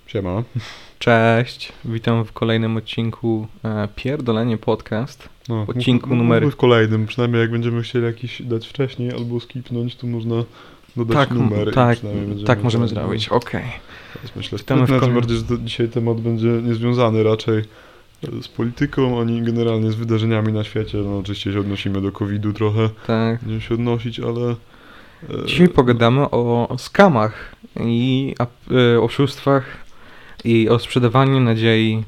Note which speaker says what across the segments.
Speaker 1: Siema.
Speaker 2: Cześć, witam w kolejnym odcinku Pierdolenie Podcast.
Speaker 1: No,
Speaker 2: Odcinku numer...
Speaker 1: w kolejnym, przynajmniej jak będziemy chcieli jakiś dać wcześniej albo skipnąć, to można dodać numer.
Speaker 2: Tak możemy zrobić, okej.
Speaker 1: Myślę, że tym bardziej, że dzisiaj temat będzie niezwiązany raczej z polityką, ani generalnie z wydarzeniami na świecie. No oczywiście się odnosimy do COVID-u trochę,
Speaker 2: tak.
Speaker 1: Będziemy się odnosić, ale...
Speaker 2: Dzisiaj pogadamy o skamach i oszustwach i o sprzedawaniu nadziei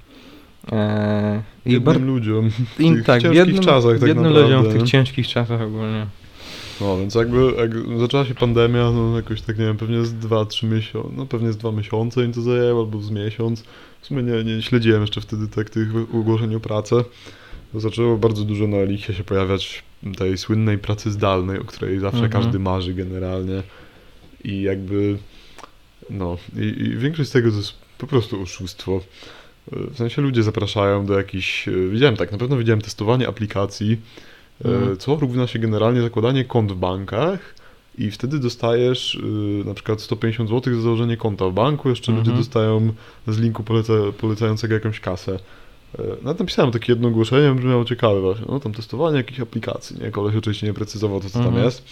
Speaker 1: biednym ludziom w tych
Speaker 2: ciężkich
Speaker 1: czasach tak
Speaker 2: biednym
Speaker 1: naprawdę.
Speaker 2: ludziom w tych ciężkich czasach ogólnie.
Speaker 1: No więc jak zaczęła się pandemia, no jakoś tak nie wiem, pewnie z 2-3 miesiące, no pewnie z 2 miesiące im to zajęło, albo z miesiąc. W sumie nie śledziłem jeszcze wtedy tak tych ogłoszeń o pracę. To zaczęło bardzo dużo na Elixie się pojawiać tej słynnej pracy zdalnej, o której zawsze każdy marzy generalnie. I jakby, no, i większość z tego to jest po prostu oszustwo. W sensie ludzie zapraszają do jakichś, na pewno widziałem testowanie aplikacji, co równa się generalnie zakładanie kont w bankach i wtedy dostajesz na przykład 150 zł za założenie konta w banku, jeszcze ludzie dostają z linku polecającego jakąś kasę. Nawet napisałem takie jedno ogłoszenie, brzmiało ciekawe właśnie, no tam testowanie jakichś aplikacji, nie? Koleś oczywiście nie precyzował to, co tam jest.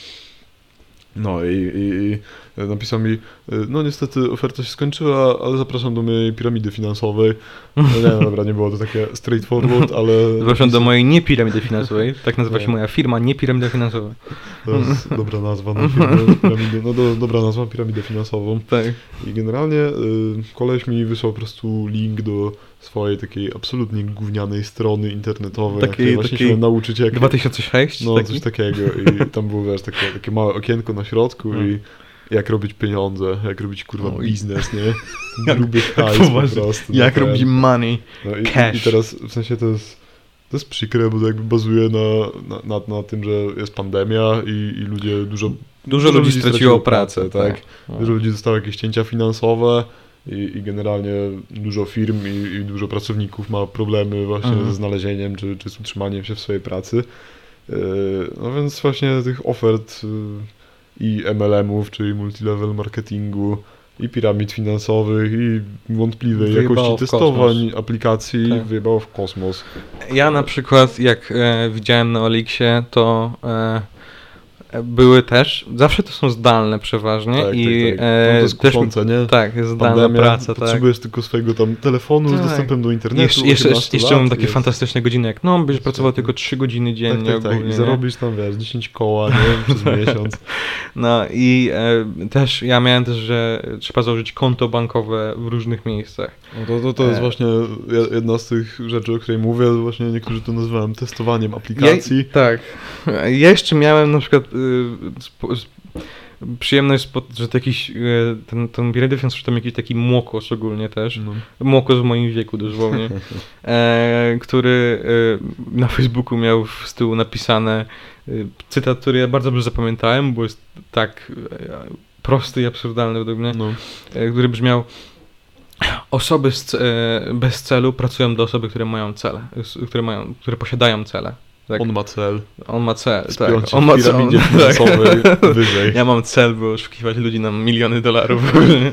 Speaker 1: No i napisał mi, no niestety oferta się skończyła, ale zapraszam do mojej piramidy finansowej. No nie, dobra, nie było to takie straightforward, ale...
Speaker 2: Zapraszam do mojej niepiramidy finansowej, tak nazywa się moja firma, niepiramidy finansowej.
Speaker 1: To jest dobra nazwa na piramidę, dobra nazwa, piramidę finansową.
Speaker 2: Tak.
Speaker 1: I generalnie koleś mi wysłał po prostu link do swojej takiej absolutnie gównianej strony internetowej, takiej właśnie się nauczyć jak...
Speaker 2: 2006?
Speaker 1: No, coś takiego i tam było, wiesz, takie małe okienko na środku i jak robić pieniądze, jak robić, kurwa, biznes, nie? Gruby hajs po prostu.
Speaker 2: Jak robić money, cash.
Speaker 1: I teraz, w sensie to jest przykre, bo to jakby bazuje na tym, że jest pandemia i ludzie, dużo ludzi straciło pracę, tak? Dużo ludzi dostało jakieś cięcia finansowe i generalnie dużo firm i dużo pracowników ma problemy właśnie ze znalezieniem czy z utrzymaniem się w swojej pracy. No więc właśnie tych ofert i MLM-ów, czyli multilevel marketingu, i piramid finansowych, i wątpliwej jakości testowań aplikacji wyjebało w kosmos.
Speaker 2: Ja na przykład, jak widziałem na Elixie, to były też, zawsze to są zdalne przeważnie i
Speaker 1: to jest kuszące, nie?
Speaker 2: Tak, jest zdalna praca.
Speaker 1: Potrzebujesz tylko swojego tam telefonu z dostępem do internetu.
Speaker 2: Jeszcze mam takie fantastyczne godziny, jak będziesz pracował tylko 3 godziny dziennie.
Speaker 1: Tak, i zarobisz tam, 10 koła, nie wiem, przez miesiąc.
Speaker 2: No i też, ja miałem też, że trzeba założyć konto bankowe w różnych miejscach.
Speaker 1: No to jest właśnie jedna z tych rzeczy, o której mówię, właśnie niektórzy to nazywałem testowaniem aplikacji.
Speaker 2: Tak. Ja jeszcze miałem na przykład przyjemność, że to jakiś, ten piramidy finansowy, tam jakiś taki młokos ogólnie też, młokos w moim wieku dosłownie, który na Facebooku miał z tyłu napisane cytat, który ja bardzo dobrze zapamiętałem, bo jest tak prosty i absurdalny według mnie, który brzmiał: osoby bez celu pracują do osoby, które mają cele, które posiadają cele. Tak.
Speaker 1: On ma cel,
Speaker 2: tak.
Speaker 1: On ma cel. Wyżej.
Speaker 2: Ja mam cel, by oszukiwać ludzi na miliony dolarów.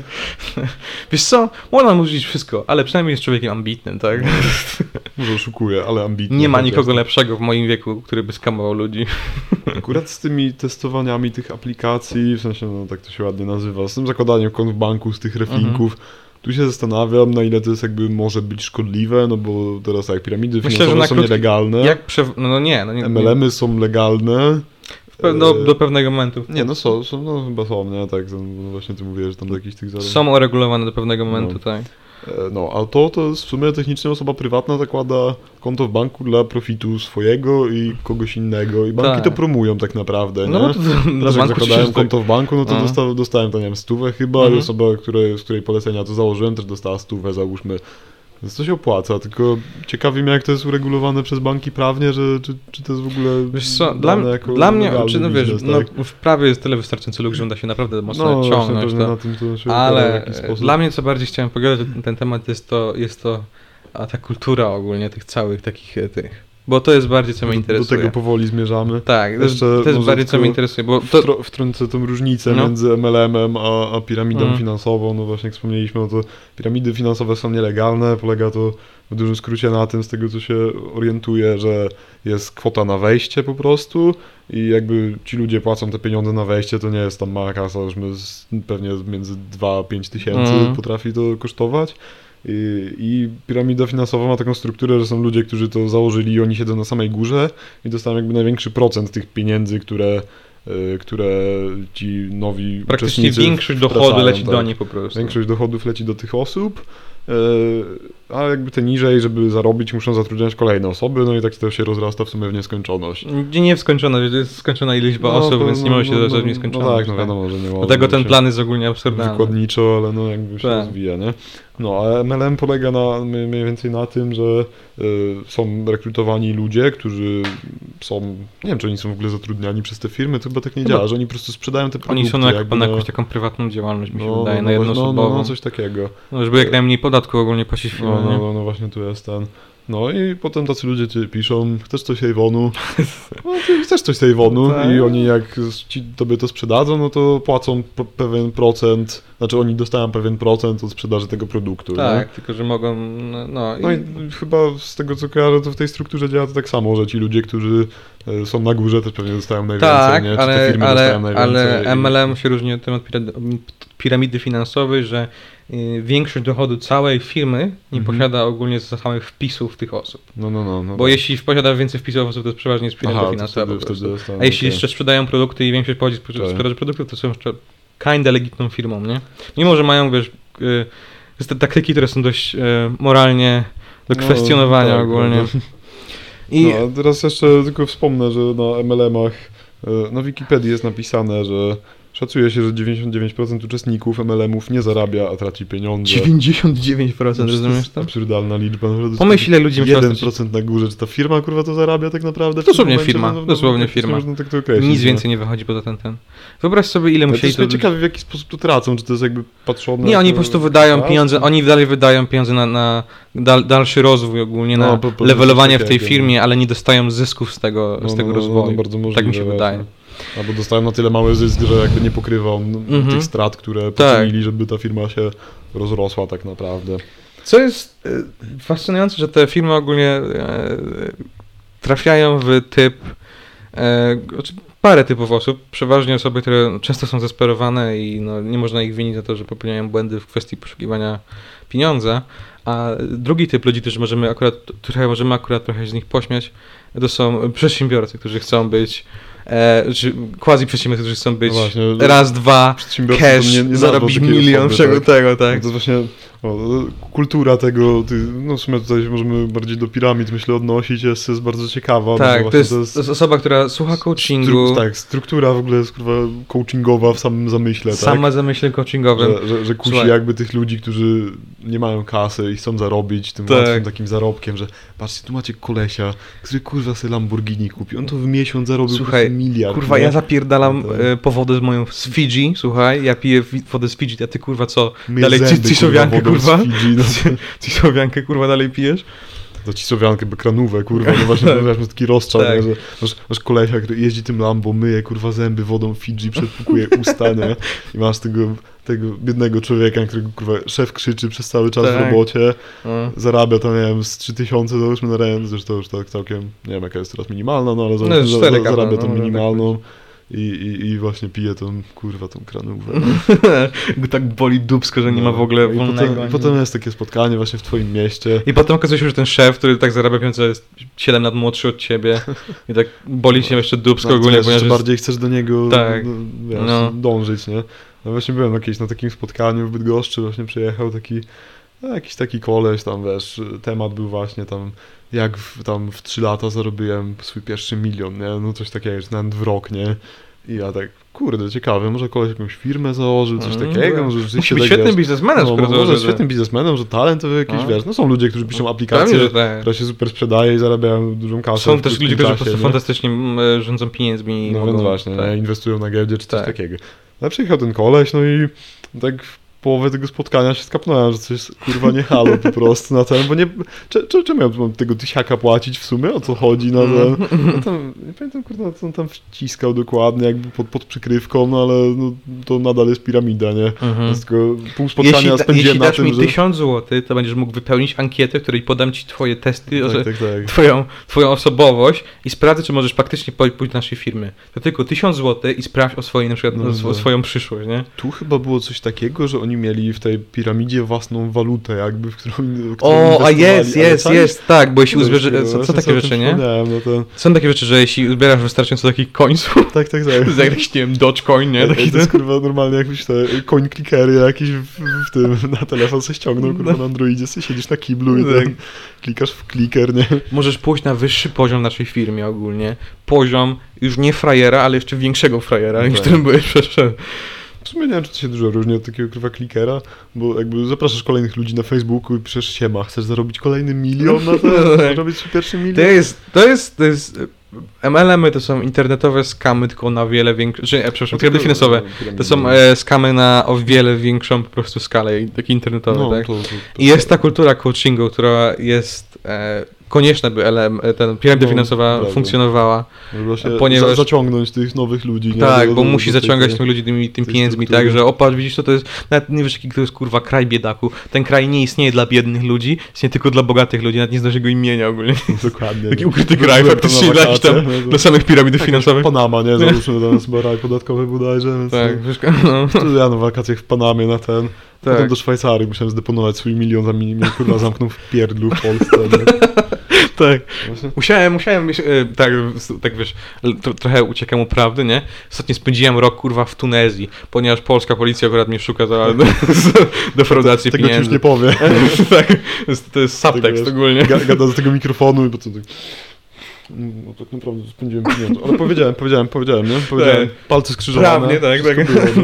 Speaker 2: Wiesz co, można mówić wszystko, ale przynajmniej jest człowiekiem ambitnym, tak?
Speaker 1: Może oszukuje, ale ambitny.
Speaker 2: Nie ma nikogo lepszego w moim wieku, który by skamował ludzi.
Speaker 1: Akurat z tymi testowaniami tych aplikacji, w sensie, tak to się ładnie nazywa, z tym zakładaniem kont w banku, z tych reflinków, tu się zastanawiam, na ile to jest może być szkodliwe, no bo teraz piramidy finansowe są nielegalne. MLM-y są legalne.
Speaker 2: Do pewnego momentu.
Speaker 1: Nie, są, chyba są, nie? Tak, właśnie ty mówiłeś, że tam do jakichś tych zadań.
Speaker 2: Są uregulowane do pewnego momentu, tak.
Speaker 1: A to jest w sumie technicznie osoba prywatna zakłada konto w banku dla profitu swojego i kogoś innego i banki to promują tak naprawdę, nie? Jak zakładałem konto w banku, no to dostałem to, nie wiem, 100 chyba i osoba, z której polecenia to założyłem, też dostała 100, załóżmy. Więc to się opłaca, tylko ciekawi mnie, jak to jest uregulowane przez banki prawnie, czy to jest w ogóle...
Speaker 2: Wiesz co, dla mnie, w prawie jest tyle wystarczający luk, że da się naprawdę mocno ciągnąć to, ale dla mnie, co bardziej chciałem pogadać na ten temat, jest to ta kultura ogólnie tych całych takich bo to jest bardziej co mnie interesuje.
Speaker 1: Do tego powoli zmierzamy.
Speaker 2: Tak, to jest bardziej co mnie interesuje, bo
Speaker 1: wtrącę tą różnicę między MLM-em a piramidą finansową. No właśnie jak wspomnieliśmy, no to piramidy finansowe są nielegalne, polega to w dużym skrócie na tym, z tego co się orientuję, że jest kwota na wejście po prostu i jakby ci ludzie płacą te pieniądze na wejście, to nie jest tam mała kasa, już pewnie między 2 a 5 tysięcy potrafi to kosztować. I piramida finansowa ma taką strukturę, że są ludzie, którzy to założyli i oni siedzą na samej górze i dostają jakby największy procent tych pieniędzy, które ci nowi
Speaker 2: praktycznie
Speaker 1: uczestnicy
Speaker 2: większość dochodu leci do nich po prostu.
Speaker 1: Większość dochodów leci do tych osób, a jakby te niżej, żeby zarobić, muszą zatrudniać kolejne osoby, no i tak to się rozrasta w sumie w nieskończoność.
Speaker 2: Nie w skończoność, to jest skończona liczba osób, więc nie może się zacząć w nieskończoność.
Speaker 1: No tak, no wiadomo, że nie może.
Speaker 2: Dlatego ten plan jest ogólnie absurdalny.
Speaker 1: Wykładniczo, ale no jakby się rozwija, nie? No, a MLM polega mniej więcej na tym, że są rekrutowani ludzie, którzy są, nie wiem, czy oni są w ogóle zatrudniani przez te firmy, to chyba tak nie działa, że oni po prostu sprzedają te produkty.
Speaker 2: Oni są na jakąś taką prywatną działalność, mi się wydaje, na jednoosobową.
Speaker 1: No, coś takiego.
Speaker 2: No, żeby jak najmniej podatku ogólnie płacić firmy,
Speaker 1: no właśnie tu jest ten. No i potem tacy ludzie ci piszą, chcesz coś Avonu? No ty chcesz coś Avonu i oni jak tobie to sprzedadzą, no to płacą pewien procent, znaczy oni dostają pewien procent od sprzedaży tego produktu.
Speaker 2: Tak,
Speaker 1: nie?
Speaker 2: tylko że mogą,
Speaker 1: No i chyba z tego co kojarzę, to w tej strukturze działa to tak samo, że ci ludzie, którzy są na górze, też pewnie dostają najwięcej,
Speaker 2: tak,
Speaker 1: nie? Czy te firmy dostają najwięcej.
Speaker 2: Ale MLM się różni od piramidy finansowej, że większość dochodu całej firmy nie posiada ogólnie z samych wpisów tych osób.
Speaker 1: No,
Speaker 2: bo jeśli posiada więcej wpisów osób, to jest przeważnie piramida finansowa. A jeśli jeszcze sprzedają produkty i większość pochodzi z sprzedaży produktów, to są jeszcze kinda legitną firmą, nie? Mimo, że mają, wiesz, te taktyki, które są dość moralnie do kwestionowania ogólnie.
Speaker 1: A teraz jeszcze tylko wspomnę, że na MLM-ach na Wikipedii jest napisane, że szacuje się, że 99% uczestników MLM-ów nie zarabia, a traci pieniądze.
Speaker 2: 99%, rozumiesz to?
Speaker 1: Absurdalna liczba.
Speaker 2: Pomyśl, ile ludzi musiał
Speaker 1: 1% na górze. Czy ta firma, kurwa, to zarabia tak naprawdę?
Speaker 2: Dosłownie firma, dosłownie firma.
Speaker 1: Można tak to określić.
Speaker 2: Nic więcej nie wychodzi poza ten. Wyobraź sobie, ile musieli to...
Speaker 1: Ciekawe, w jaki sposób to tracą. Czy to jest jakby patrzone...
Speaker 2: Nie, oni po prostu wydają pieniądze, oni dalej wydają pieniądze na dalszy rozwój ogólnie, na levelowanie w tej firmie, ale nie dostają zysków z tego rozwoju.
Speaker 1: Bardzo możliwe,
Speaker 2: tak mi się wydaje.
Speaker 1: Albo dostałem na tyle mały zysk, że jakby nie pokrywa on tych strat, które poczynili, żeby ta firma się rozrosła tak naprawdę.
Speaker 2: Co jest fascynujące, że te firmy ogólnie trafiają w typ, parę typów osób, przeważnie osoby, które często są zdesperowane i nie można ich winić za to, że popełniają błędy w kwestii poszukiwania pieniądza, a drugi typ ludzi, którzy możemy akurat trochę z nich pośmiać, to są przedsiębiorcy, którzy chcą być quasi przedsiębiorcy, którzy chcą być raz, dwa, cash, zarobić milion, wszego tego, tak.
Speaker 1: To jest właśnie kultura tego, w sumie tutaj możemy bardziej do piramid, myślę, odnosić, jest bardzo ciekawa.
Speaker 2: Tak, to jest osoba, która słucha coachingu.
Speaker 1: Struktura w ogóle jest coachingowa w samym zamyśle, tak?
Speaker 2: Sama zamyśle coachingowym.
Speaker 1: Że kusi jakby tych ludzi, którzy nie mają kasy i chcą zarobić tym łatwym takim zarobkiem, że patrzcie, tu macie kolesia, który kurwa sobie Lamborghini kupi, on to w miesiąc zarobił miliard.
Speaker 2: Kurwa, ja zapierdalam po wodę z Fidżi, słuchaj, ja piję wodę z Fidżi, a ty kurwa co, dalej ciszowiankę kurwa, ciszowiankę kurwa dalej pijesz?
Speaker 1: To ciszowiankę, kranówę, kurwa, no właśnie masz taki rozczar, nie, że masz kolesia, który jeździ tym Lambo, myje kurwa zęby wodą Fidżi, przedpukuje usta, nie? I masz tego biednego człowieka, którego kurwa szef krzyczy przez cały czas w robocie, zarabia tam, nie wiem, z 3000 załóżmy na ręce, zresztą już tak całkiem, nie wiem jaka jest teraz minimalna, no ale zarabia tą minimalną. I właśnie pije tą kranówę.
Speaker 2: Tak boli dupsko, że nie ma w ogóle wolnego.
Speaker 1: I potem jest takie spotkanie właśnie w twoim mieście.
Speaker 2: I potem okazuje się, że ten szef, który tak zarabia pieniądze, jest 7 lat młodszy od ciebie i tak boli się jeszcze dupsko ogólnie.
Speaker 1: Jeszcze bardziej chcesz do niego dążyć, nie? No właśnie byłem na takim spotkaniu w Bydgoszczy, właśnie przyjechał jakiś taki koleś, tam wiesz, temat był właśnie tam, jak w 3 lata zarobiłem swój pierwszy milion, nie? No coś takiego, nawet w rok, nie? I ja tak, kurde, ciekawe, może koleś jakąś firmę założył, coś takiego, może rzeczywiście...
Speaker 2: Musi być świetnym biznesmenem,
Speaker 1: może świetnym biznesmenem, że talent to jakiś, wiesz, no są ludzie, którzy piszą aplikacje, która się super sprzedaje i zarabiają dużą kasę.
Speaker 2: Są też ludzie, którzy po prostu fantastycznie rządzą pieniędzmi.
Speaker 1: No więc właśnie, inwestują na giełdzie czy coś takiego. Ale przyjechał ten koleś, no i tak połowę tego spotkania się skapnąłem, że coś jest, kurwa, nie halo po prostu na ten, bo nie... Czemu ja mam tego tysiaka płacić w sumie? O co chodzi na ten? Ja tam, nie pamiętam, kurwa, co on tam wciskał dokładnie, jakby pod przykrywką, no ale no, to nadal jest piramida, nie? Więc tylko pół spotkania spędziłem na tym,
Speaker 2: Jeśli dasz mi 1000 zł, to będziesz mógł wypełnić ankietę, w której podam ci twoje testy,
Speaker 1: tak.
Speaker 2: twoją osobowość i sprawdzę, czy możesz faktycznie pójść do naszej firmy. To tylko 1000 zł i sprawdź o swojej, na przykład, swoją przyszłość, nie?
Speaker 1: Tu chyba było coś takiego, że oni mieli w tej piramidzie własną walutę, jakby, w którą
Speaker 2: jest, tak, bo jeśli uzbierasz, są takie rzeczy, nie? Są takie rzeczy, że jeśli uzbierasz wystarczająco takich końców,
Speaker 1: tak.
Speaker 2: to jest jakiś, nie wiem, Dogecoin, nie?
Speaker 1: Taki to jest, kurwa, normalnie jakbyś te coin clickery jakieś w tym, na telefon se ściągnął, kurwa, na Androidzie, sobie siedzisz na kiblu i tak klikasz w clicker, nie?
Speaker 2: Możesz pójść na wyższy poziom w naszej firmie ogólnie. Poziom już nie frajera, ale jeszcze większego frajera, niż którym byłeś przeszedł.
Speaker 1: W sumie nie wiem, czy to się dużo różni od takiego, kurwa, clickera, bo jakby zapraszasz kolejnych ludzi na Facebooku i piszesz: siema, chcesz zarobić kolejny milion na to? Zarobić swój pierwszy milion?
Speaker 2: To jest MLM-y to są internetowe skamy, tylko na wiele większe, przepraszam, piramidy finansowe, to są skamy na o wiele większą po prostu skalę, takie internetowe, tak? I jest ta kultura coachingu, która jest konieczna, by ten piramida finansowa funkcjonowała,
Speaker 1: ponieważ zaciągnąć tych nowych ludzi. Nie?
Speaker 2: Tak, bo musi zaciągać tych ludzi tym pieniędzmi, tak, że patrz, widzisz, to jest, nawet nie wiesz, jaki to jest, kurwa, kraj biedaku. Ten kraj nie istnieje dla biednych ludzi, istnieje tylko dla bogatych ludzi, nawet nie znasz jego imienia ogólnie.
Speaker 1: Dokładnie.
Speaker 2: Taki ukryty kraj faktycznie dla samych piramid finansowych.
Speaker 1: Panama, nie? Załóżmy, tam jest raj podatkowy bodajże, więc ja na wakacjach w Panamie na ten. Tak. Potem do Szwajcarii musiałem zdeponować swój milion, za mnie kurwa zamknął w pierdlu w Polsce.
Speaker 2: Tak. Musiałem tak wiesz, trochę uciekam u prawdy, nie? Ostatnio spędziłem rok, kurwa, w Tunezji, ponieważ polska policja akurat mnie szuka za defraudacji pieniędzy.
Speaker 1: Tego ci już nie powie.
Speaker 2: Tak, to jest subtekst ogólnie.
Speaker 1: Gada z tego mikrofonu i po co tak... No tak naprawdę spędziłem pieniądze, ale powiedziałem, nie? Powiedziałem, palce skrzyżowane.
Speaker 2: Prawnie, tak.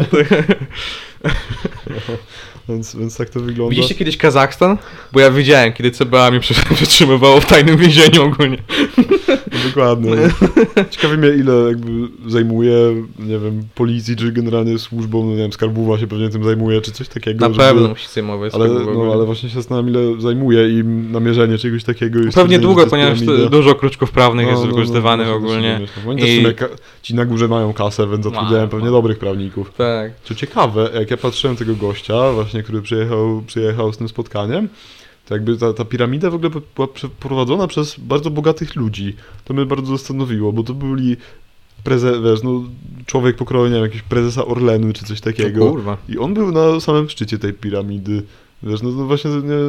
Speaker 1: Więc tak to wygląda.
Speaker 2: Widzieliście kiedyś Kazachstan? Bo ja widziałem, kiedy CBA mnie przetrzymywało w tajnym więzieniu ogólnie.
Speaker 1: No, dokładnie. Ciekawi mnie, ile jakby zajmuje, nie wiem, policji, czy generalnie służbą, no nie wiem, skarbowa się pewnie tym zajmuje, czy coś takiego.
Speaker 2: Na pewno musi zajmować.
Speaker 1: Ale właśnie się zastanawiam, ile zajmuje im namierzenie czegoś takiego.
Speaker 2: Pewnie długo, ponieważ dużo kruczków prawnych jest wykorzystywanych ogólnie.
Speaker 1: Ci na górze mają kasę, więc zatrudniają pewnie dobrych prawników.
Speaker 2: Tak.
Speaker 1: Co ciekawe, jak ja patrzyłem tego gościa, właśnie, który przyjechał z tym spotkaniem, to jakby ta piramida w ogóle była przeprowadzona przez bardzo bogatych ludzi. To mnie bardzo zastanowiło, bo to byli człowiek pokroju, nie wiem, jakiegoś prezesa Orlenu czy coś takiego.
Speaker 2: Kurwa.
Speaker 1: I on był na samym szczycie tej piramidy. Wiesz, no właśnie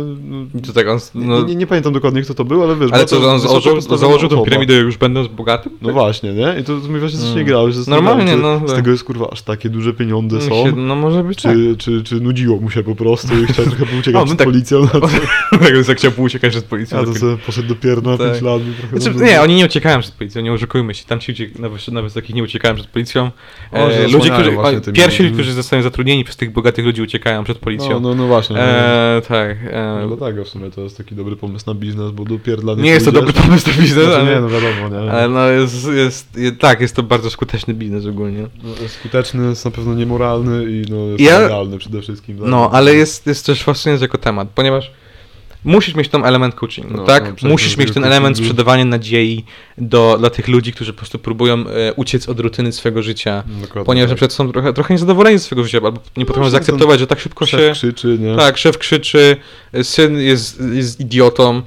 Speaker 1: nie pamiętam dokładnie, kto to był, ale wiesz...
Speaker 2: Ale co, on założył tą piramidę już będąc bogatym?
Speaker 1: No właśnie, nie? I to mi właśnie coś nie grało.
Speaker 2: Normalnie,
Speaker 1: z tego jest, kurwa, aż takie duże pieniądze są.
Speaker 2: No może być
Speaker 1: czy nudziło mu się po prostu i chciał trochę pouciekać przed policją.
Speaker 2: Tak chciał pouciekać przed policją.
Speaker 1: A to sobie poszedł dopiero na 5 lat.
Speaker 2: Nie, oni nie uciekają przed policją, nie oszukujmy się. Tam ci nawet takich nie uciekają przed policją. Pierwsi ludzie, którzy zostają zatrudnieni przez tych bogatych ludzi, uciekają przed policją.
Speaker 1: No właśnie.
Speaker 2: Tak.
Speaker 1: Dlatego w sumie to jest taki dobry pomysł na biznes, bo dopierdla
Speaker 2: nie jest to dobry pomysł na biznes,
Speaker 1: ale... Nie, no wiadomo, nie?
Speaker 2: Ale jest to bardzo skuteczny biznes ogólnie.
Speaker 1: Jest skuteczny, jest na pewno niemoralny i jest legalny przede wszystkim. Tak?
Speaker 2: No, ale jest też fascynujący jako temat, ponieważ musisz mieć ten element coachingu, tak? Musisz mieć ten element sprzedawania nadziei dla tych ludzi, którzy po prostu próbują uciec od rutyny swojego życia. Dokładnie, ponieważ na przykład są trochę niezadowoleni z swojego życia, albo nie potrafią zaakceptować, że tak szybko
Speaker 1: szef krzyczy, nie?
Speaker 2: Tak, szef krzyczy, syn jest idiotą.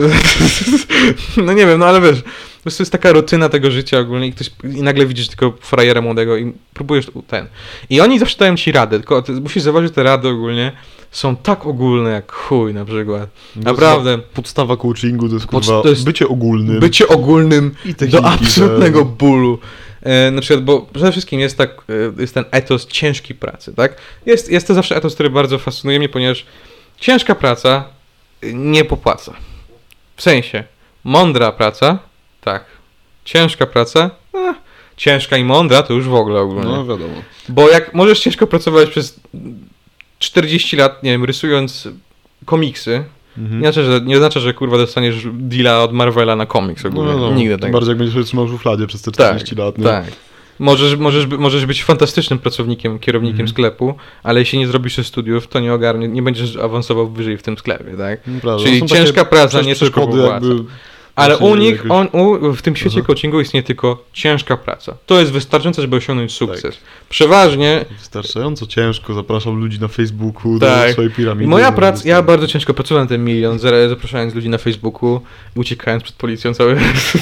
Speaker 2: No nie wiem, no ale wiesz, po prostu jest taka rutyna tego życia ogólnie i nagle widzisz tylko frajera młodego i próbujesz I oni zawsze dają ci radę, tylko musisz zauważyć, że te rady ogólnie są tak ogólne jak chuj na przykład. Naprawdę.
Speaker 1: Podstawa coachingu to jest, kurwa, bycie ogólnym.
Speaker 2: Bycie ogólnym do absolutnego bólu. Na przykład, bo przede wszystkim jest ten etos ciężkiej pracy, tak? Jest to zawsze etos, który bardzo fascynuje mnie, ponieważ ciężka praca nie popłaca. W sensie, mądra praca, tak. Ciężka praca, ciężka i mądra to już w ogóle ogólnie.
Speaker 1: No wiadomo.
Speaker 2: Bo jak możesz ciężko pracować przez 40 lat, nie wiem, rysując komiksy, nie oznacza, że kurwa dostaniesz deala od Marvela na komiks ogólnie. Nigdy tak.
Speaker 1: Bardziej jak będziesz trzymał w szufladzie przez te 40 lat. Nie?
Speaker 2: Tak. Możesz być fantastycznym pracownikiem, kierownikiem sklepu, ale jeśli nie zrobisz ze studiów, to nie będziesz awansował wyżej w tym sklepie, tak?
Speaker 1: Prawda.
Speaker 2: Czyli ciężka praca, nie tylko płaca. Ale u nich, w tym świecie coachingu istnieje tylko ciężka praca. To jest wystarczające, żeby osiągnąć sukces. Tak. Przeważnie...
Speaker 1: Wystarczająco ciężko, zapraszam ludzi na Facebooku do swojej piramidy.
Speaker 2: Moja praca, ja bardzo ciężko pracowałem ten milion, zapraszając ludzi na Facebooku, uciekając przed policją cały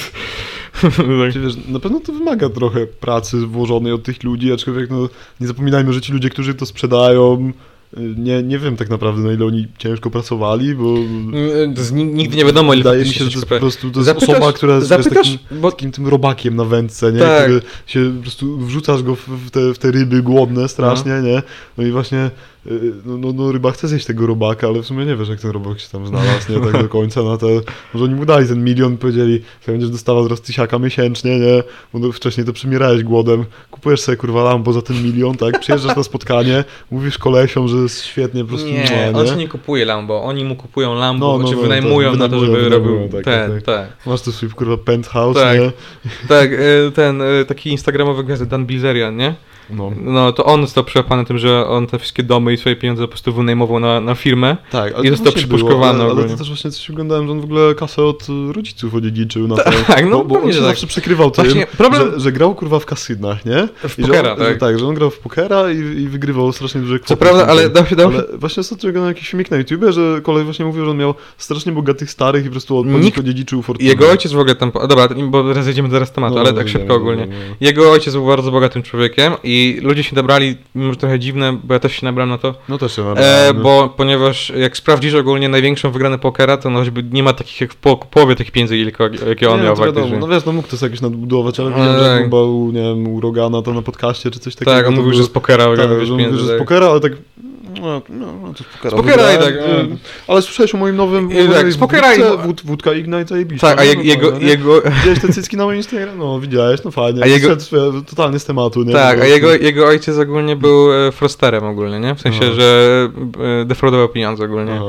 Speaker 1: Wiesz, na pewno to wymaga trochę pracy włożonej od tych ludzi, aczkolwiek nie zapominajmy, że ci ludzie, którzy to sprzedają, nie wiem tak naprawdę, na ile oni ciężko pracowali, bo...
Speaker 2: Nigdy nie wiadomo, ile
Speaker 1: wydaje mi się, że to jest po prostu osoba, która jest takim tym robakiem na wędce, nie?
Speaker 2: Tak.
Speaker 1: Który się po prostu wrzucasz go w te ryby głodne strasznie, nie? No i właśnie ryba chce zjeść tego robaka, ale w sumie nie wiesz, jak ten robak się tam znalazł, nie? Tak do końca na te... Może oni mu dali ten milion, powiedzieli, że będziesz dostawał teraz 1000 miesięcznie, nie? Bo wcześniej to przymierałeś głodem, kupujesz sobie kurwa Lambo za ten milion, tak? Przyjeżdżasz na spotkanie, mówisz kolesiom, że jest świetnie, po prostu...
Speaker 2: Nie, on się nie kupuje Lambo, oni mu kupują Lambo, wynajmują na to, żeby robił tak.
Speaker 1: Masz tu swój kurwa penthouse,
Speaker 2: tak.
Speaker 1: nie?
Speaker 2: Tak, ten taki instagramowy gwiazdy Dan Bilzerian, nie? No to on został przełapany tym, że on te wszystkie domy i swoje pieniądze po prostu wynajmował na firmę i został przypuszkowany.
Speaker 1: Ale to też właśnie coś oglądałem, że on w ogóle kasę od rodziców odziedziczył na to.
Speaker 2: Tak,
Speaker 1: bo on się zawsze przykrywał tym, że grał kurwa w kasynach, nie?
Speaker 2: W pokera, tak.
Speaker 1: Że on grał w pokera i wygrywał strasznie duże kwoty.
Speaker 2: Co prawda, ale dał się...
Speaker 1: Ale właśnie ostatnio oglądałem jakiś filmik na YouTubie, że kolej właśnie mówił, że on miał strasznie bogatych starych i po prostu odziedziczył fortunę.
Speaker 2: Jego ojciec w ogóle tam... Dobra, bo zejdziemy zaraz z tematu, ale tak szybko ogólnie. Jego ojciec był bardzo bogatym człowiekiem i ludzie się nabrali, mimo że trochę dziwne, bo ja też się nabrałem na to.
Speaker 1: No też się nabrałem.
Speaker 2: Ponieważ jak sprawdzisz ogólnie największą wygraną pokera, to choćby nie ma takich jak w połowie tych pieniędzy, jakie on miał faktycznie.
Speaker 1: No wiesz, mógł to sobie jakieś nadbudować, ale widziałem, że chyba u Rogana tam na podcaście czy coś takiego.
Speaker 2: Tak, on mówił, że z pokera
Speaker 1: pieniędzy. Że z pokera, ale tak... to z pokera i tak. Ale słyszałeś o moim nowym
Speaker 2: z pokera i
Speaker 1: wódka Ignite zajebista.
Speaker 2: Tak, a jego...
Speaker 1: Widziałeś te cycki na moim Instagramie? No, widziałeś, no fajnie. Totalnie z tematu, nie?
Speaker 2: Tak, a jego ojciec ogólnie był frosterem ogólnie, nie? W sensie, że defraudował pieniądze ogólnie.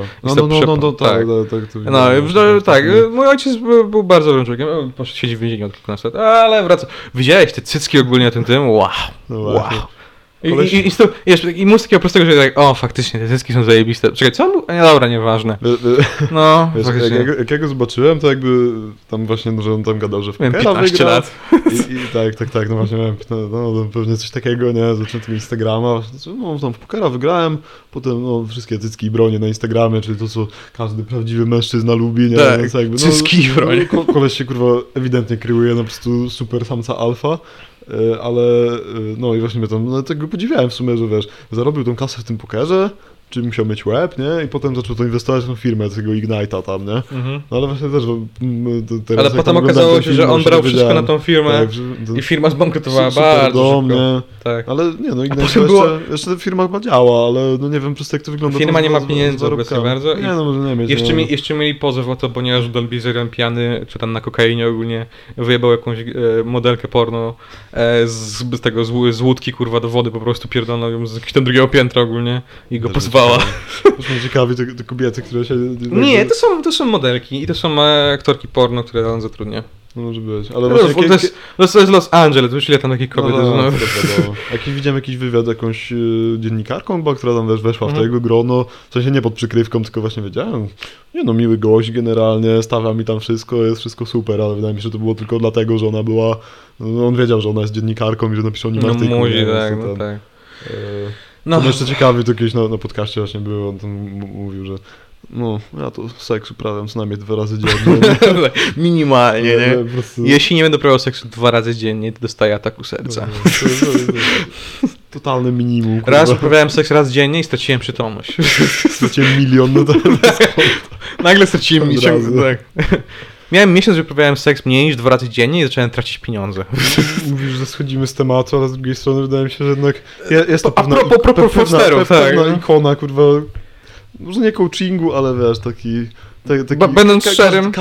Speaker 2: Tak. Mój ojciec był bardzo dobrym człowiekiem. Siedzi w więzieniu od kilkunastu lat, ale wraca. Widziałeś te cycki ogólnie na tym? Wow. I mów takiego prostego, że tak, faktycznie, te cycki są zajebiste. Czekaj, co on był? Dobra, nieważne. No,
Speaker 1: wiesz, jak ja go zobaczyłem, to jakby tam właśnie, że on tam gadał, że w pokera
Speaker 2: 15 lat.
Speaker 1: Tak, no właśnie miałem, pewnie coś takiego, nie, zacząłem tego Instagrama, tam w pokera wygrałem, potem wszystkie cycki i bronie na Instagramie, czyli to, co każdy prawdziwy mężczyzna lubi, nie,
Speaker 2: tak,
Speaker 1: więc jakby,
Speaker 2: cycki i bronie.
Speaker 1: Koleś się kurwa ewidentnie kryuje na po prostu super samca alfa. Ale i właśnie mnie tam, tak go podziwiałem w sumie, że wiesz, zarobił tą kasę w tym pokerze, czy musiał mieć łeb, nie? I potem zaczął to inwestować w tą firmę, tego Ignite'a tam, nie? No ale właśnie też,
Speaker 2: teraz ale potem okazało się, że on brał wszystko na tą firmę i firma zbankrutowała bardzo szybko. Tak.
Speaker 1: Ale nie, Ignite jeszcze firma chyba działa, ale nie wiem po prostu jak to wygląda.
Speaker 2: Firma nie ma pieniędzy obecnie bardzo.
Speaker 1: Nie, może nie mieć.
Speaker 2: Jeszcze mieli pozew o to, ponieważ Don Bilzerian pijany, czy tam na kokainie ogólnie, wyjebał jakąś modelkę porno z łódki, kurwa, do wody, po prostu pierdolną ją z jakiegoś tam drugiego piętra ogólnie i go pozwała.
Speaker 1: To są ciekawe te kobiety, które się...
Speaker 2: Nie, to są modelki i to są aktorki porno, które on zatrudnia.
Speaker 1: No może być, ale właśnie...
Speaker 2: To jest Los Angeles, wiesz ile tam takich kobiet
Speaker 1: jest. Widziałem jakiś wywiad jakąś dziennikarką, która tam weszła w tego grono, w sensie nie pod przykrywką, tylko właśnie wiedziałem, miły gość generalnie, stawia mi tam wszystko, jest wszystko super, ale wydaje mi się, że to było tylko dlatego, że ona była, on wiedział, że ona jest dziennikarką i że napisze o nim artykuł.
Speaker 2: Tak.
Speaker 1: To jeszcze ciekawy, to kiedyś na podcaście właśnie było, on tam mówił, że ja to seks uprawiam co najmniej 2 razy dziennie.
Speaker 2: Minimalnie, nie? Jeśli nie będę uprawiał seksu 2 razy dziennie, to dostaję ataku serca.
Speaker 1: Totalne minimum. Kurwa.
Speaker 2: Raz uprawiałem seks raz dziennie i straciłem przytomność.
Speaker 1: Straciłem 1 milion,
Speaker 2: Nagle straciłem tak. Miałem miesiąc, że uprawiałem seks mniej niż 2 razy dziennie i zacząłem tracić pieniądze.
Speaker 1: Mówisz, że schodzimy z tematu, ale z drugiej strony wydaje mi się, że jednak jest to pewna ikona, kurwa, może nie coachingu, ale wiesz, taki
Speaker 2: będąc szczerym,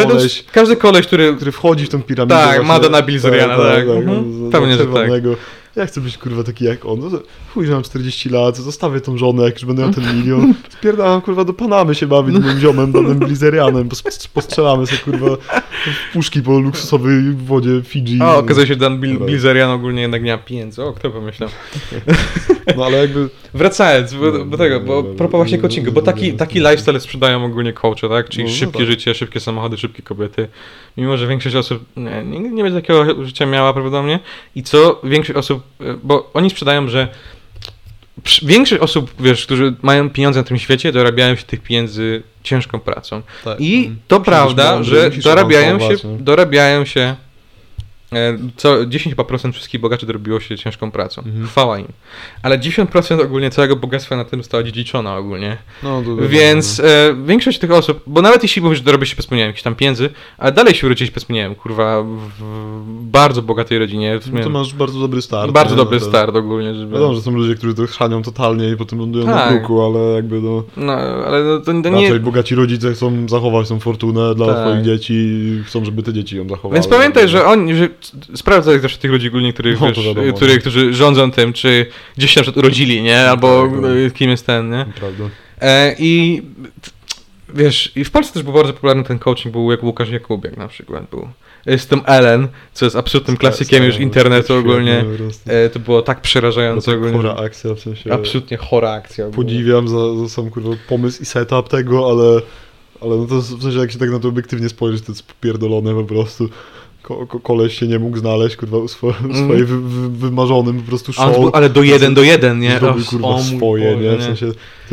Speaker 1: każdy koleś, który wchodzi w tą piramidę.
Speaker 2: Tak, ma Dana Bilzeriana, tak.
Speaker 1: Pewnie, że tak. ja chcę być kurwa taki jak on, no to chuj, że mam 40 lat, zostawię tą żonę, jak już będę miał ten milion, spierdalam kurwa do Panamy się bawić z moim ziomem, danym blizerianem, postrzelamy sobie kurwa w puszki po luksusowej wodzie Fidżi.
Speaker 2: O, okazuje się, że Dan Bilzerian ogólnie jednak nie ma pieniędzy, o, kto pomyślał.
Speaker 1: No ale jakby...
Speaker 2: Wracając bo propos właśnie coachingu, bo taki lifestyle sprzedają ogólnie coache, tak? Czyli szybkie życie, szybkie samochody, szybkie kobiety. Mimo, że większość osób nie będzie takiego życia miała prawdopodobnie i co większość osób, bo oni sprzedają, że większość osób, wiesz, którzy mają pieniądze na tym świecie, dorabiają się tych pieniędzy ciężką pracą. Tak. I to prawda, że dorabiają się co 10% wszystkich bogaczy dorobiło się ciężką pracą. Chwała im. Ale 90% ogólnie całego bogactwa na tym została dziedziczona ogólnie. No, więc większość tych osób, bo nawet jeśli mówisz, że dorobisz się bez jakichś tam pieniędzy, ale dalej się urodziłeś bez kurwa, w bardzo bogatej rodzinie.
Speaker 1: No to masz bardzo dobry start.
Speaker 2: Bardzo dobry start ogólnie. Żeby...
Speaker 1: Wiadomo, że są ludzie, którzy to chrzanią totalnie i potem lądują na bruku, ale jakby
Speaker 2: ale to nie...
Speaker 1: Raczej bogaci rodzice chcą zachować tą fortunę dla swoich dzieci i chcą, żeby te dzieci ją zachowały.
Speaker 2: Więc pamiętaj, że sprawdzaj zawsze tych ludzi ogólnie, którzy rządzą tym, czy gdzieś się na przykład urodzili, nie? Albo kim jest ten, nie?
Speaker 1: Prawda.
Speaker 2: I wiesz, i w Polsce też był bardzo popularny ten coaching, był jak Łukasz Jakubiak na przykład był. Z tym Ellen, co jest absolutnym klasykiem już internetu ogólnie. To było tak przerażające ogólnie.
Speaker 1: Chora akcja, w sensie...
Speaker 2: Absolutnie chora akcja. Ogólnie.
Speaker 1: Podziwiam za sam kurwa pomysł i setup tego, ale no to w sensie jak się tak na to obiektywnie spojrzeć, to jest popierdolone po prostu. Koleś się nie mógł znaleźć, kurwa, swojej wymarzonym po prostu show.
Speaker 2: Ale do 1, nie?
Speaker 1: Zrobił, kurwa, swoje, nie? W sensie, to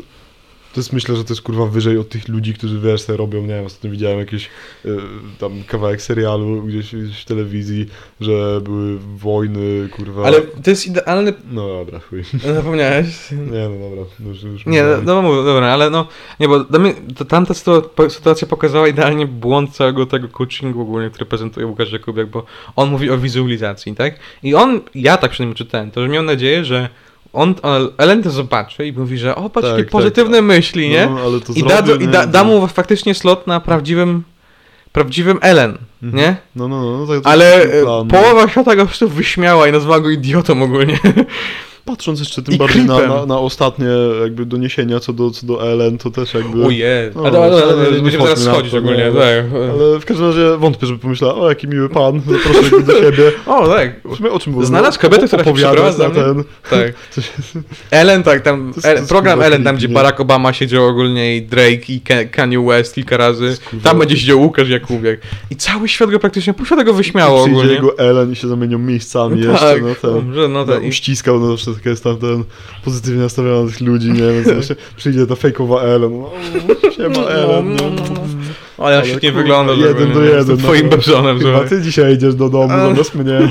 Speaker 1: jest myślę, że to jest kurwa wyżej od tych ludzi, którzy wiesz, sobie robią, nie wiem, ostatnio widziałem jakiś tam kawałek serialu gdzieś w telewizji, że były wojny, kurwa.
Speaker 2: Ale to jest idealny...
Speaker 1: No dobra, chuj.
Speaker 2: Zapomniałeś?
Speaker 1: Nie, no dobra. Już
Speaker 2: nie, dobra, ale no, nie, bo dla mnie tamta sytuacja pokazała idealnie błąd całego tego coachingu ogólnie, który prezentuje Łukasz Jakubiak, bo on mówi o wizualizacji, tak? I ja tak przynajmniej czytałem, to że miał nadzieję, że Ellen to zobaczy i mówi, że patrz, jakie pozytywne myśli, nie?
Speaker 1: No, ale to
Speaker 2: I da mu faktycznie slot na prawdziwym Ellen, nie?
Speaker 1: No,
Speaker 2: ale połowa świata go po prostu wyśmiała i nazwała go idiotą ogólnie.
Speaker 1: Patrząc jeszcze tym bardziej na ostatnie jakby doniesienia co do Ellen, to też jakby...
Speaker 2: Ojej, ale będziemy teraz schodzić ogólnie, tak.
Speaker 1: Ale w każdym razie wątpię, żeby pomyślała, o jaki miły pan, zaproszę go do siebie.
Speaker 2: O tak,
Speaker 1: o czym było?
Speaker 2: Znalazł kobietę, która się przeprowadza na ten... Tak. Ellen, tak, tam program Ellen, tam gdzie Barack Obama siedział ogólnie i Drake i Kanye West kilka razy, tam będzie siedział Łukasz Jakubiak. I cały świat go praktycznie, pół świata go wyśmiało ogólnie.
Speaker 1: Przyjdzie jego Ellen i się zamienią miejscami jeszcze, uściskał na zawsze taka jest tam ten pozytywnie nastawiony na tych ludzi, nie wiem, więc przyjdzie ta fejkowa Ellen, no, siema Ellen, no.
Speaker 2: Ale ja świetnie wygląda,
Speaker 1: 1:1.
Speaker 2: Z twoim bebrzonem.
Speaker 1: Chyba ty dzisiaj idziesz do domu, zamiast mnie.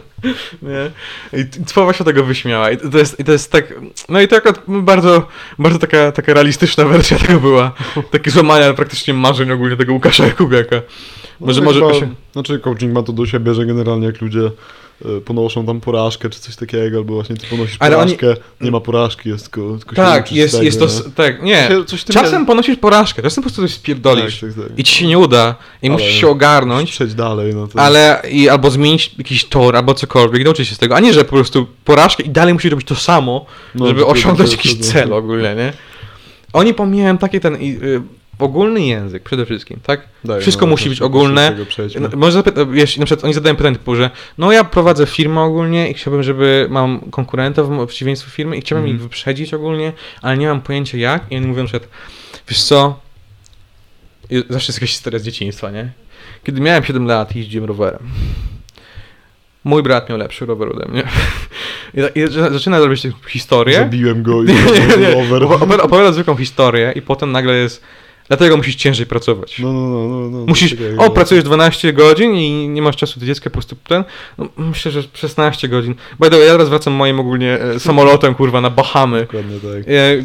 Speaker 2: Nie? I połowa się tego wyśmiała. I to jest tak... No i to akurat bardzo, bardzo taka realistyczna wersja tego była. Takie złamania praktycznie marzeń ogólnie tego Łukasza Jakubiaka.
Speaker 1: Znaczy coaching ma to do siebie, że generalnie jak ludzie ponoszą tam porażkę, czy coś takiego, albo właśnie ty ponosisz porażkę, nie ma porażki, jest tylko
Speaker 2: tak, jest to, tak, nie, czasem ponosisz porażkę, czasem po prostu coś spierdolisz i ci się nie uda i musisz się ogarnąć,
Speaker 1: przejść dalej, no to...
Speaker 2: albo zmienić jakiś tor, albo cokolwiek, nauczyć się z tego, a nie, że po prostu porażkę i dalej musisz robić to samo, żeby osiągnąć jakiś cel ogólnie, nie? Oni pomijałem taki ten... ogólny język przede wszystkim, tak? Wszystko musi być ogólne. Może zapytać, na przykład oni zadają pytanie typu, że no ja prowadzę firmę ogólnie i chciałbym, żeby mam konkurenta w przeciwieństwie firmy i chciałbym ich wyprzedzić ogólnie, ale nie mam pojęcia jak. I oni mówią, że wiesz co, zawsze jest jakaś historia z dzieciństwa, nie? Kiedy miałem 7 lat i jeździłem rowerem. Mój brat miał lepszy rower ode mnie. I zaczyna robić historię.
Speaker 1: Zabiłem go i rower.
Speaker 2: Opowiada zwykłą historię i potem nagle jest... Dlatego musisz ciężej pracować.
Speaker 1: No.
Speaker 2: Musisz, pracujesz 12 godzin i nie masz czasu do dziecka, po prostu ten, myślę, że 16 godzin. By the way, ja teraz wracam moim ogólnie samolotem, kurwa, na Bahamy.
Speaker 1: Dokładnie tak.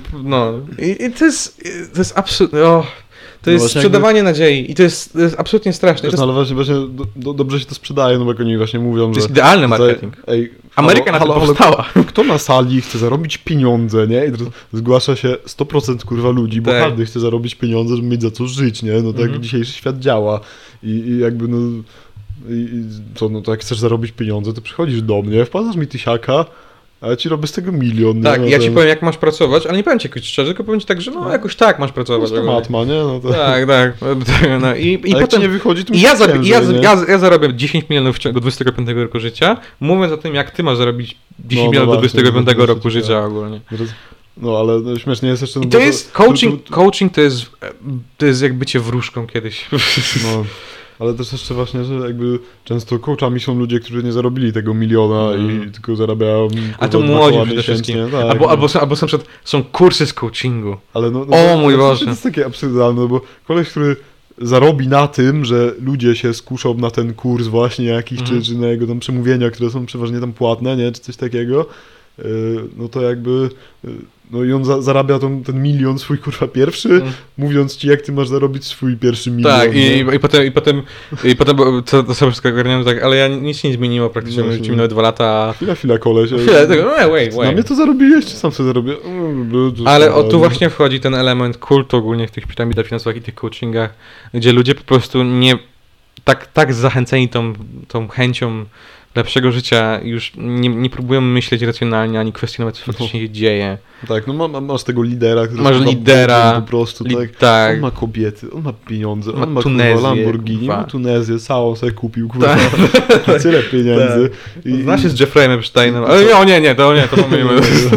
Speaker 2: I to jest absolutnie, to jest sprzedawanie nadziei i to jest absolutnie straszne.
Speaker 1: Wiesz, ale właśnie dobrze się to sprzedaje, no bo jak oni właśnie mówią, że...
Speaker 2: To jest idealny marketing. Ameryka na tym powstała.
Speaker 1: Kto na sali chce zarobić pieniądze, nie? I zgłasza się 100% kurwa ludzi, bo każdy chce zarobić pieniądze, żeby mieć za co żyć, nie? No tak dzisiejszy świat działa. I jakby I co, no to jak chcesz zarobić pieniądze, to przychodzisz do mnie, wpłacasz mi 1000, a ja ci robię z tego 1 000 000.
Speaker 2: Tak,
Speaker 1: no
Speaker 2: ja ci powiem jak masz pracować, ale nie powiem ci jakoś szczerze, tylko powiem ci tak, że no jakoś tak masz pracować.
Speaker 1: To matma, nie? No to...
Speaker 2: Tak. No, i
Speaker 1: a jak
Speaker 2: potem
Speaker 1: ci nie wychodzi, to
Speaker 2: ja zarobię 10 milionów w ciągu 25 roku życia, mówiąc o tym, jak ty masz zarobić 10 milionów do 25 roku życia ogólnie.
Speaker 1: No ale śmiesznie jest jeszcze...
Speaker 2: I to jest coaching to jest jak bycie wróżką kiedyś.
Speaker 1: No. Ale też jeszcze właśnie, że jakby często coachami są ludzie, którzy nie zarobili tego 1 000 000 i tylko zarabiają...
Speaker 2: A to młodzi przede wszystkim. Tak. Albo są kursy z coachingu.
Speaker 1: Ale
Speaker 2: o mój Boże.
Speaker 1: To jest takie absurdalne, bo koleś, który zarobi na tym, że ludzie się skuszą na ten kurs właśnie jakiś, czy na jego tam przemówienia, które są przeważnie tam płatne, nie, czy coś takiego, no to jakby... No i on zarabia ten 1 000 000 swój kurwa pierwszy, mówiąc ci jak ty masz zarobić swój pierwszy 1 000 000.
Speaker 2: Tak, i potem to sobie wszystko ogarniałem tak, ale ja nic się nie zmieniło praktycznie, no, minęły 2 lata.
Speaker 1: Chwila koleś.
Speaker 2: Wait.
Speaker 1: Na mnie to zarobiłeś, czy sam sobie zarobię?
Speaker 2: Ale tu właśnie wchodzi ten element kultu ogólnie w tych piramidach finansowych i tych coachingach, gdzie ludzie po prostu nie tak zachęceni tą chęcią lepszego życia już nie próbują myśleć racjonalnie, ani kwestionować, co faktycznie się dzieje.
Speaker 1: Tak, no masz tego lidera, który
Speaker 2: masz lidera,
Speaker 1: po prostu,
Speaker 2: tak.
Speaker 1: On ma kobiety, on ma pieniądze,
Speaker 2: ma
Speaker 1: on ma
Speaker 2: Tunezję,
Speaker 1: Lamborghini, ma Tunezję, całą sobie kupił, kurwa, tyle pieniędzy.
Speaker 2: Tak. Znasz się z Jeffreyem Epsteinem, ale to pomyliłem.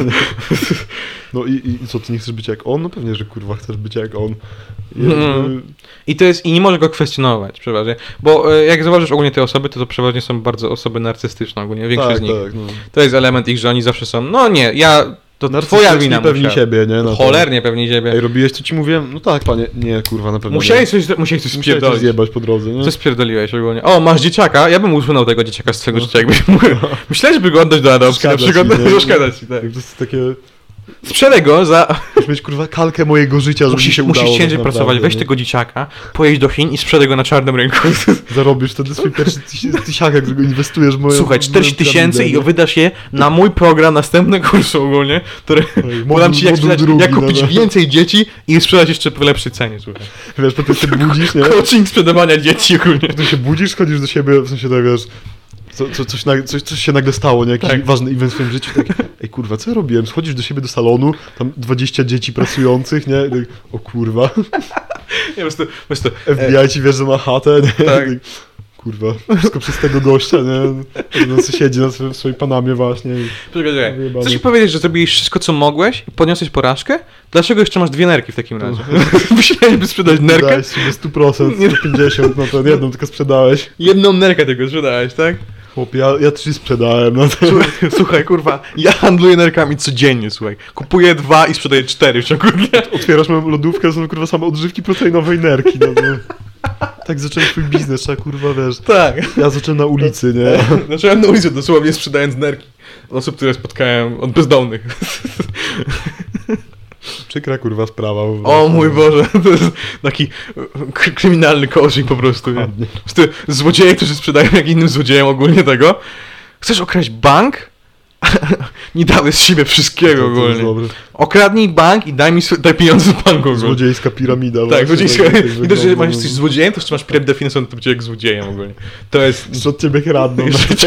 Speaker 1: No i co, ty nie chcesz być jak on? No pewnie, że kurwa chcesz być jak on.
Speaker 2: I nie możesz go kwestionować przeważnie, bo jak zauważysz ogólnie te osoby, to przeważnie są bardzo osoby narcystyczne ogólnie, większość z nich. Tak, no. To jest element ich, że oni zawsze są, to twoja wina.
Speaker 1: Pewni siebie, nie?
Speaker 2: Cholernie pewni siebie.
Speaker 1: Ej, robiłeś to ci mówiłem? No tak, panie. Nie, kurwa, na pewno
Speaker 2: musiałeś coś spierdolić.
Speaker 1: Zjebać po drodze, nie?
Speaker 2: Coś spierdoliłeś ogólnie. O, masz dzieciaka? Ja bym usunął tego dzieciaka z twojego życia, jakbyś mógł. Myślałeś, by go oddać do adopcji, na przykład. Szkoda ci, tak.
Speaker 1: To jest takie...
Speaker 2: Sprzedaj go za...
Speaker 1: Musisz mieć, kurwa, kalkę mojego życia, żeby się udało.
Speaker 2: Musisz ciężej pracować, weź tego dzieciaka, pojedź do Chin i sprzedaj go na czarnym rynku.
Speaker 1: Zarobisz wtedy swój pierwszy 1000, którego inwestujesz w moją...
Speaker 2: Słuchaj, 40 000 i wydasz je na mój program, następny kurs ogólnie, który podam ci jak kupić więcej dzieci i sprzedać jeszcze po lepszej cenie, słuchaj.
Speaker 1: Wiesz, potem się budzisz, nie?
Speaker 2: Coaching sprzedawania dzieci ogólnie.
Speaker 1: Potem się budzisz, chodzisz do siebie, w sensie tak, wiesz... Coś się nagle stało, nie? Jakiś ważny event w swoim życiu, tak, ej kurwa, co ja robiłem? Schodzisz do siebie do salonu, tam 20 dzieci pracujących, nie? Tak, o kurwa.
Speaker 2: Nie, po prostu
Speaker 1: FBI ci wiesz, że ma chatę, nie?
Speaker 2: Tak.
Speaker 1: Kurwa, wszystko przez tego gościa, nie? No co siedzi na swojej Panamie właśnie.
Speaker 2: Czekaj. Chcesz ci powiedzieć, że zrobiłeś wszystko, co mogłeś i podniosłeś porażkę? Dlaczego jeszcze masz 2 nerki w takim razie? Musiałeś by sprzedać nerkę?
Speaker 1: Dałeś sobie 100%, 150, no to jedną tylko sprzedałeś.
Speaker 2: Jedną nerkę tego sprzedałeś, tak?
Speaker 1: Chłopie, ja 3 sprzedałem. No to...
Speaker 2: Słuchaj, kurwa, ja handluję nerkami codziennie, słuchaj. Kupuję 2 i sprzedaję 4 w ciągu dnia.
Speaker 1: Otwierasz moją lodówkę, są kurwa same odżywki proteinowej nerki, no. Tak zacząłem swój biznes, trzeba kurwa, wiesz.
Speaker 2: Tak.
Speaker 1: Ja zacząłem na ulicy, nie?
Speaker 2: Zacząłem na ulicy, dosłownie sprzedając nerki. Osób, które spotkałem od bezdomnych.
Speaker 1: Przykra kurwa sprawa.
Speaker 2: O mój Boże, to jest taki kryminalny coaching po prostu. Nie? Po prostu złodzieje, którzy sprzedają jak innym złodziejom ogólnie tego. Chcesz okraść bank? Nie dałeś z siebie wszystkiego ogólnie. Okradnij bank i daj pieniądze z banku ogólnie.
Speaker 1: Złodziejska piramida.
Speaker 2: Tak, złodziejska. I to, że jesteś złodziejem, to jeszcze masz piramidę finansową, to będzie jak złodziejem ogólnie. To jest...
Speaker 1: Jeszcze od ciebie kradną.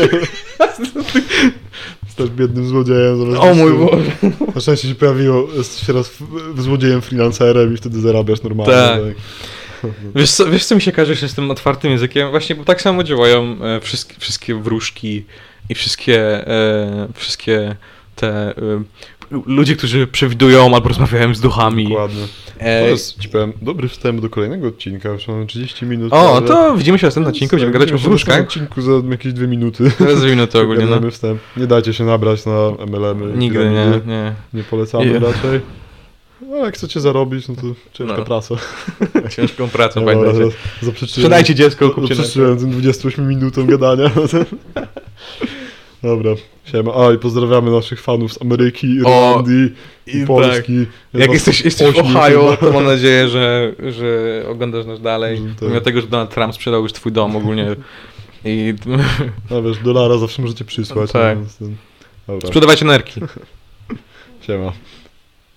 Speaker 1: Jesteś biednym złodziejem.
Speaker 2: O mój Boże.
Speaker 1: Na szczęście się pojawiło, jesteś teraz złodziejem freelancerem i wtedy zarabiasz normalnie. Tak.
Speaker 2: Wiesz co mi się każe, że jestem otwartym językiem? Właśnie, bo tak samo działają wszystkie wróżki i wszystkie te ludzie, którzy przewidują albo rozmawiają z duchami.
Speaker 1: Dokładnie. To jest, ci powiem, dobry wstęp do kolejnego odcinka, już mamy 30 minut.
Speaker 2: O, to widzimy się w następnym odcinku, będziemy gadać o wróżkach.
Speaker 1: W odcinku za jakieś 2 minuty.
Speaker 2: Teraz 2 minuty ogólnie, no.
Speaker 1: Wstęp. Nie dajcie się nabrać na MLM-y.
Speaker 2: Nigdy, nie.
Speaker 1: Nie polecamy raczej. No jak chcecie zarobić, no to ciężka praca.
Speaker 2: Ciężką pracą, pamiętajcie.
Speaker 1: Sprzedajcie
Speaker 2: dziecko, kupcie na
Speaker 1: tym 28 minutom gadania. Dobra, siema. I pozdrawiamy naszych fanów z Ameryki, Irlandii i Polski.
Speaker 2: Tak. Jak jesteś w Ohio, to mam nadzieję, że oglądasz nas dalej. Pomimo tego, że Donald Trump sprzedał już twój dom ogólnie.
Speaker 1: No wiesz, $1 zawsze możecie przysłać.
Speaker 2: Tak. Sprzedawajcie nerki.
Speaker 1: Siema.